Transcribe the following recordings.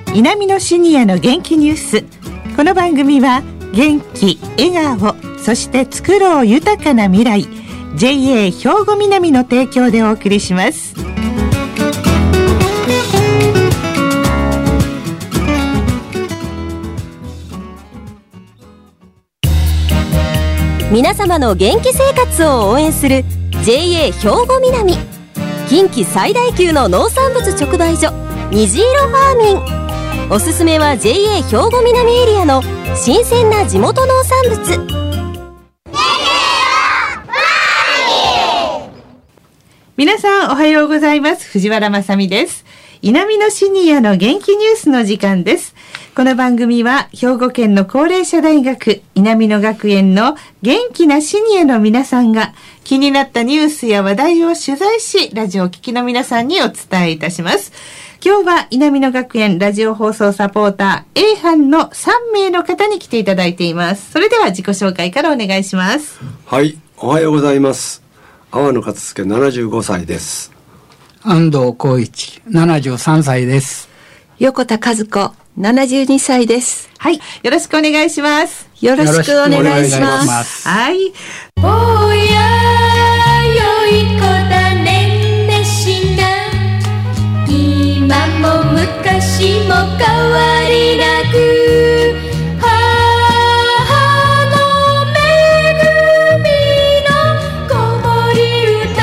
南のシニアの元気ニュース。この番組は元気、笑顔、そして作ろう豊かな未来 JA 兵庫南の提供でお送りします。 皆様の元気生活を応援する JA 兵庫南、近畿最大級の農産物直売所虹色ファーミン。おすすめは JA 兵庫南エリアの新鮮な地元農産物。 皆さんおはようございます。藤原まさみです。南のシニアの元気ニュースの時間です。この番組は兵庫県の高齢者大学南野学園の元気なシニアの皆さんが気になったニュースや話題を取材し、ラジオを聴きの皆さんにお伝えいたします。今日は南野学園ラジオ放送サポーター A 班の3名の方に来ていただいています。それでは自己紹介からお願いします。 はい、おはようございます。阿波野勝介75歳です。 安藤浩一73歳です。 横田和子72歳です。 はい、よろしくお願いします。 よろしくお願いします。 はい。 おやよい子だねんねしな、今も昔も変わりなく、母の恵みの子守歌、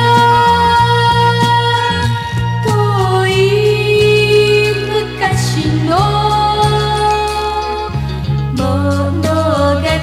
遠い昔の物語。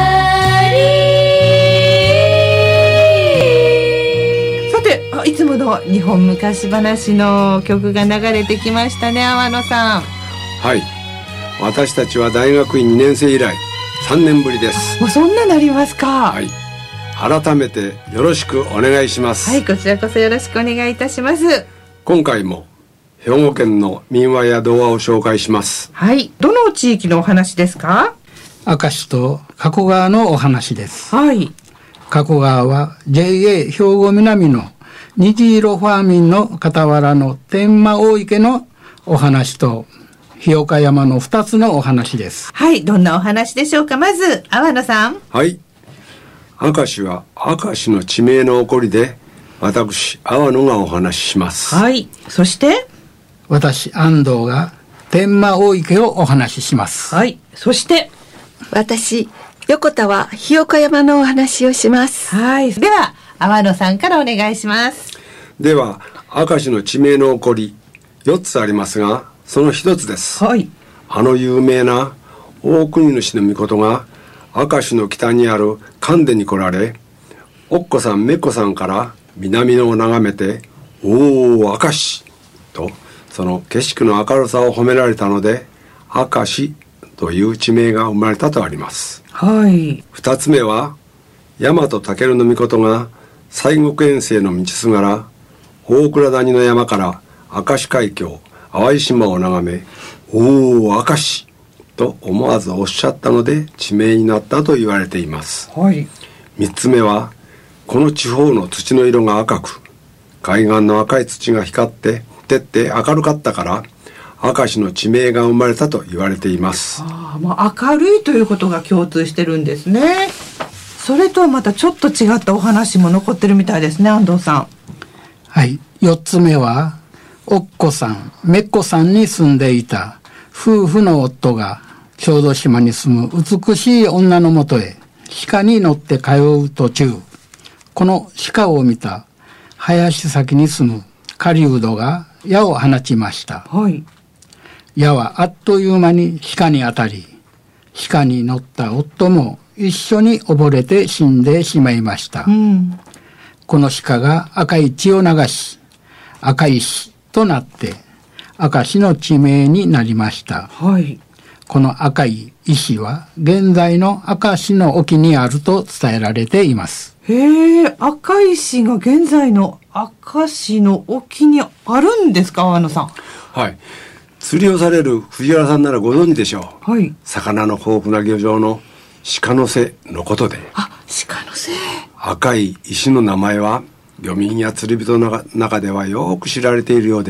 いつもの日本昔話の曲が流れてきましたね、阿波野さん。 はい、私たちは大学院2年生以来3年ぶりです。 もうそんななりますか。 はい、改めてよろしくお願いします。 はい、こちらこそよろしくお願いいたします。 今回も兵庫県の民話や童話を紹介します。 はい、どの地域のお話ですか。 明石と加古川のお話です。 はい。 加古川は JA 兵庫南の虹色ファーミンの傍らの天満大池のお話と日岡山の2つのお話です。 はい、どんなお話でしょうか。まず阿波野さん。 はい、明石は明石の地名の起こりで、私阿波野がお話しします。 はい、そして私安藤が天満大池をお話しします。 はい、そして私横田は日岡山のお話をします。 はい、では阿波野さんからお願いします。 では明石の地名の起こり4つありますが、その1つです。 はい。 有名な大国主の御事が明石の北にある神田に来られ、おっこさんめっこさんから南野を眺めて、おー明石とその景色の明るさを褒められたので、明石という地名が生まれたとあります。 はい。 2つ目は大和武尊の御事が西国遠征の道すがら大倉谷の山から明石海峡淡い島を眺め、おお明石と思わずおっしゃったので地名になったと言われています。 はい。 3つ目はこの地方の土の色が赤く、海岸の赤い土が光って照って明るかったから明石の地名が生まれたと言われています。 明るいということが共通してるんですね。それとはまたちょっと違ったお話も残ってるみたいですね、安藤さん。 はい、4つ目はおっこさんめっこさんに住んでいた夫婦の夫が小豆島に住む美しい女のもとへ鹿に乗って通う途中、この鹿を見た林先に住む狩人が矢を放ちました。 はい。 矢はあっという間に鹿に当たり、鹿に乗った夫も一緒に溺れて死んでしまいました。この鹿が赤い血を流し、赤石となって明石の地名になりました。 はい。 この赤い石は現在の明石の沖にあると伝えられています。 へえ、赤石が現在の明石の沖にあるんですか、阿野さん。 はい、釣りをされる藤原さんならご存知でしょう。 はい。 魚の豊富な漁場の鹿の瀬のことで、 鹿の瀬。 赤い石の名前は漁民や釣り人の中ではよく知られているようです。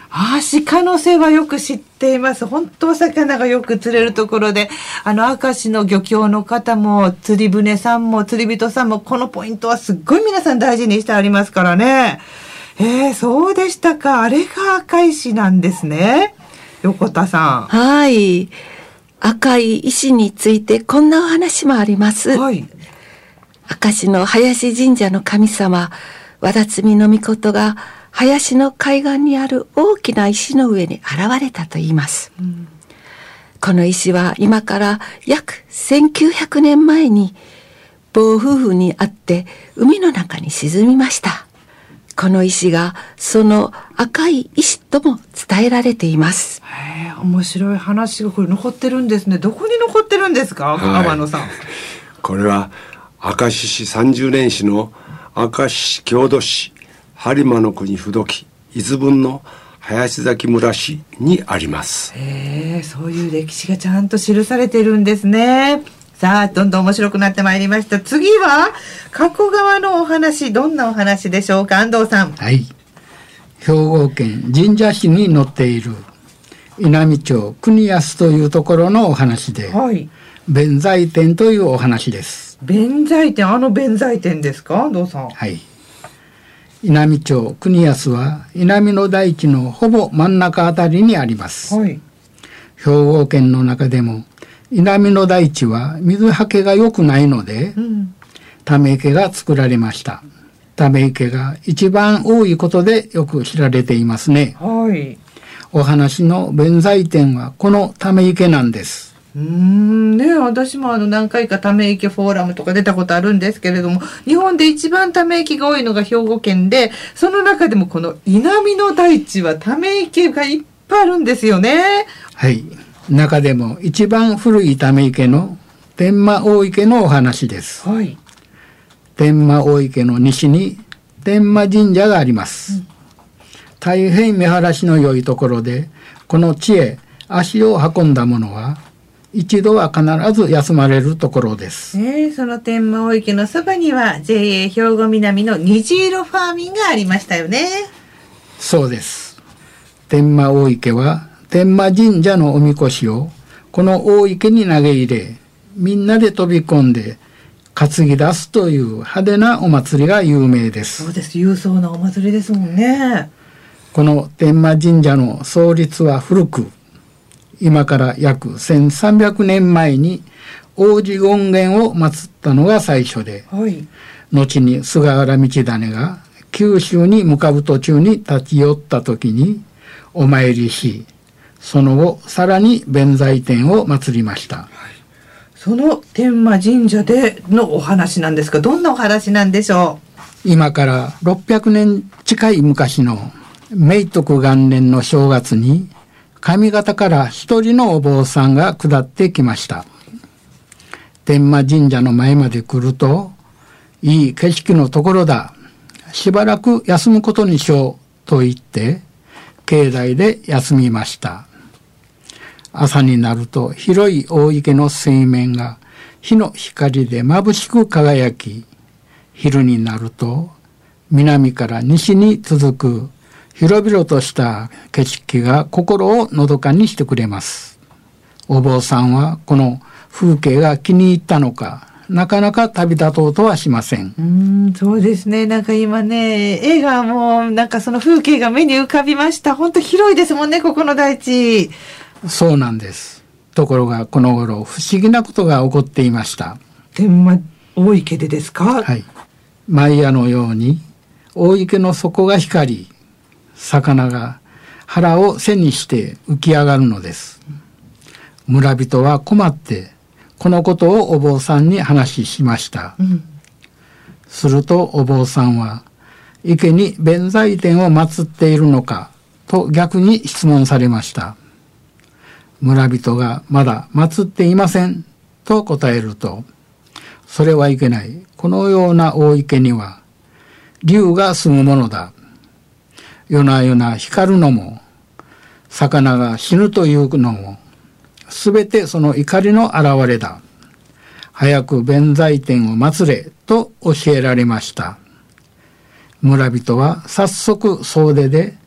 鹿の背はよく知っています。本当魚がよく釣れるところで、明石の漁協の方も、釣り船さんも、釣り人さんも、このポイントはすっごい皆さん大事にしてありますからね。そうでしたか。あれが赤石なんですね。横田さん。 はい。赤い石についてこんなお話もあります。 はい。 明石の林神社の神様、和田摘命が林の海岸にある大きな石の上に現れたと言います。この石は今から約1900年前に暴風雨にあって海の中に沈みました。この石がその赤い石とも伝えられています。 面白い話がこれ残ってるんですね。どこに残ってるんですか、天野さん。 これは明石市30年市の明石市郷土市播磨の国不時伊豆郡の林崎村市にあります。 そういう歴史がちゃんと記されてるんですね。さあ、どんどん面白くなってまいりました。次は加古川のお話、どんなお話でしょうか、安藤さん。 はい。兵庫県神社市に載っている稲美町国安というところのお話で、 はい。 弁財天というお話です。 弁財天、弁財天ですか、安藤さん。 はい。稲美町国安は南の大地のほぼ真ん中あたりにあります。 はい。 兵庫県の中でも南の大地は水はけが良くないので、ため池が作られました。ため池が一番多いことでよく知られていますね。 はい。 お話の弁財天はこのため池なんです。 私も何回かため池フォーラムとか出たことあるんですけれども、日本で一番ため池が多いのが兵庫県で、その中でもこの稲美の大地はため池がいっぱいあるんですよね。 はい。中でも一番古いため池の天満大池のお話です。 はい。 天満大池の西に天満神社があります。大変見晴らしの良いところで、この地へ足を運んだ者は一度は必ず休まれるところです。 その天満大池のそばには JA 兵庫南の虹色ファーミンがありましたよね。 そうです。天満大池は天満神社のおみこしをこの大池に投げ入れ、みんなで飛び込んで担ぎ出すという派手なお祭りが有名です。 そうです。勇壮なお祭りですもんね。 この天満神社の創立は古く、今から約1300年前に王子権現を祀ったのが最初で、 はい、 後に菅原道真が九州に向かう途中に立ち寄った時にお参りし、その後さらに弁財天を祀りました。はい、 その天満神社でのお話なんですが、どんなお話なんでしょう。今から600年近い昔の明徳元年の正月に上方から一人のお坊さんが下ってきました。天満神社の前まで来ると、いい景色のところだ。しばらく休むことにしようと言って、境内で休みました。朝になると広い大池の水面が日の光で眩しく輝き、昼になると南から西に続く広々とした景色が心をのどかにしてくれます。お坊さんはこの風景が気に入ったのか、なかなか旅立とうとはしません。 そうですね。なんか今ね、絵がもうなんかその風景が目に浮かびました。本当広いですもんね、ここの大地。 そうなんです。ところがこの頃不思議なことが起こっていました。 天満大池でですか？ はい。毎夜のように大池の底が光り、魚が腹を背にして浮き上がるのです。村人は困ってこのことをお坊さんに話しました。するとお坊さんは池に弁財天を祀っているのかと逆に質問されました。村人がまだ祀っていませんと答えると、それはいけない。このような大池には竜が住むものだ。夜な夜な光るのも、魚が死ぬというのも、すべてその怒りの表れだ。早く弁財天を祀れと教えられました。村人は早速総出で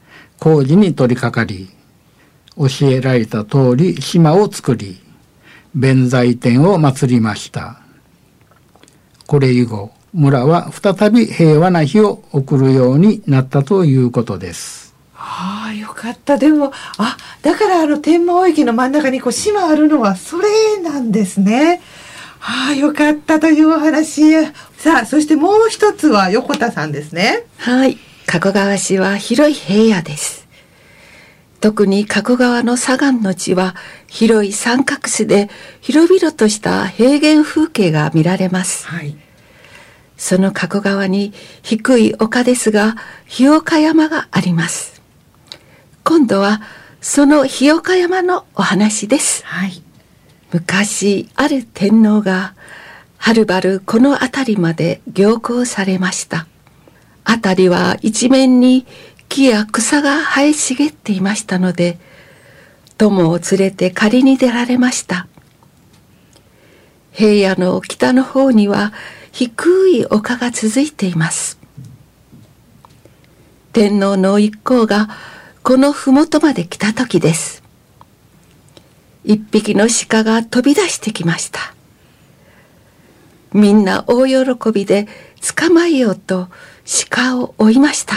工事に取り掛かり、教えられた通り島を作り、弁財天を祀りました。これ以後、村は再び平和な日を送るようになったということです。 ああ、よかった。でも、だから天満大池の真ん中に島あるのはそれなんですね。よかったというお話。さあ、そしてもう一つは横田さんですね。 はい。加古川市は広い平野です。特に加古川の左岸の地は広い三角州で広々とした平原風景が見られます。 はい。 その加古川に低い丘ですが、日岡山があります。今度はその日岡山のお話です。 はい。 昔ある天皇がはるばるこの辺りまで行幸されました。辺りは一面に木や草が生え茂っていましたので、友を連れて狩りに出られました。平野の北の方には低い丘が続いています。天皇の一行がこの麓まで来た時です。一匹の鹿が飛び出してきました。みんな大喜びで捕まえようと鹿を追いました。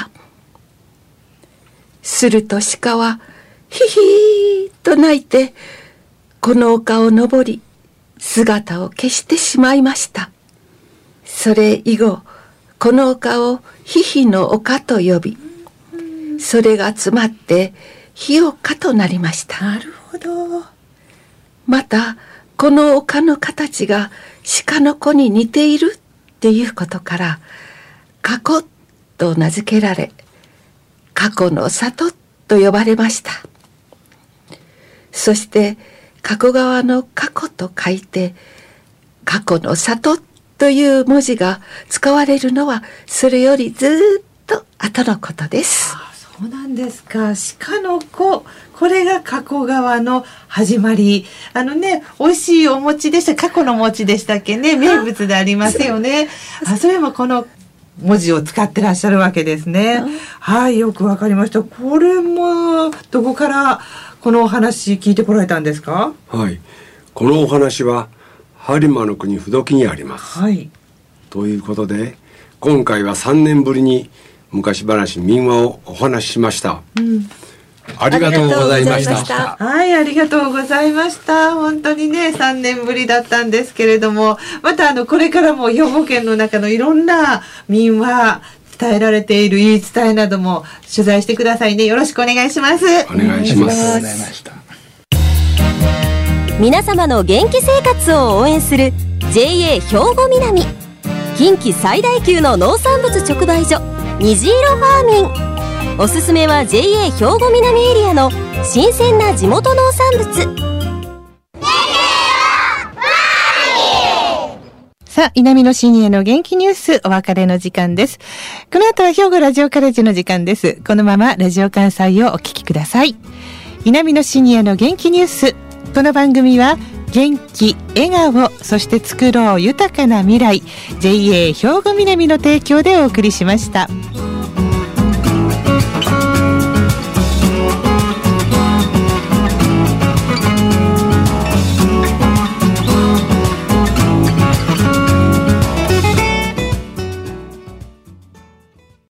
すると鹿はヒヒーと鳴いてこの丘を登り姿を消してしまいました。それ以後この丘をヒヒの丘と呼び、それが詰まって日岡となりました。 なるほど。 またこの丘の形が鹿の子に似ているっていうことから加古と名付けられ、加古の里と呼ばれました。そして加古川の加古と書いて加古の里という文字が使われるのはそれよりずっと後のことです。 そうなんですか。鹿の子、これが加古川の始まり。美味しいお餅でした。加古の餅でしたっけね。名物でありますよね。それもこの文字を使ってらっしゃるわけですね。はい、よくわかりました。これもどこからこのお話聞いてこられたんですか？ はい、このお話は播磨の国不動にあります。 はい。 ということで今回は3年ぶりに昔話民話をお話ししました。ありがとうございました。 はい、ありがとうございました。本当にね、3年ぶりだったんですけれども、またこれからも兵庫県の中のいろんな民話、伝えられている言い伝えなども取材してくださいね。よろしくお願いします。 お願いします。 皆様の元気生活を応援する JA 兵庫南、近畿最大級の農産物直売所虹色ファーミン。おすすめは JA 兵庫南エリアの新鮮な地元農産物。 さあ、南のシニアの元気ニュース、お別れの時間です。この後は兵庫ラジオカレッジの時間です。このままラジオ関西をお聞きください。南のシニアの元気ニュース。この番組は元気、笑顔、そして作ろう豊かな未来 JA 兵庫南の提供でお送りしました。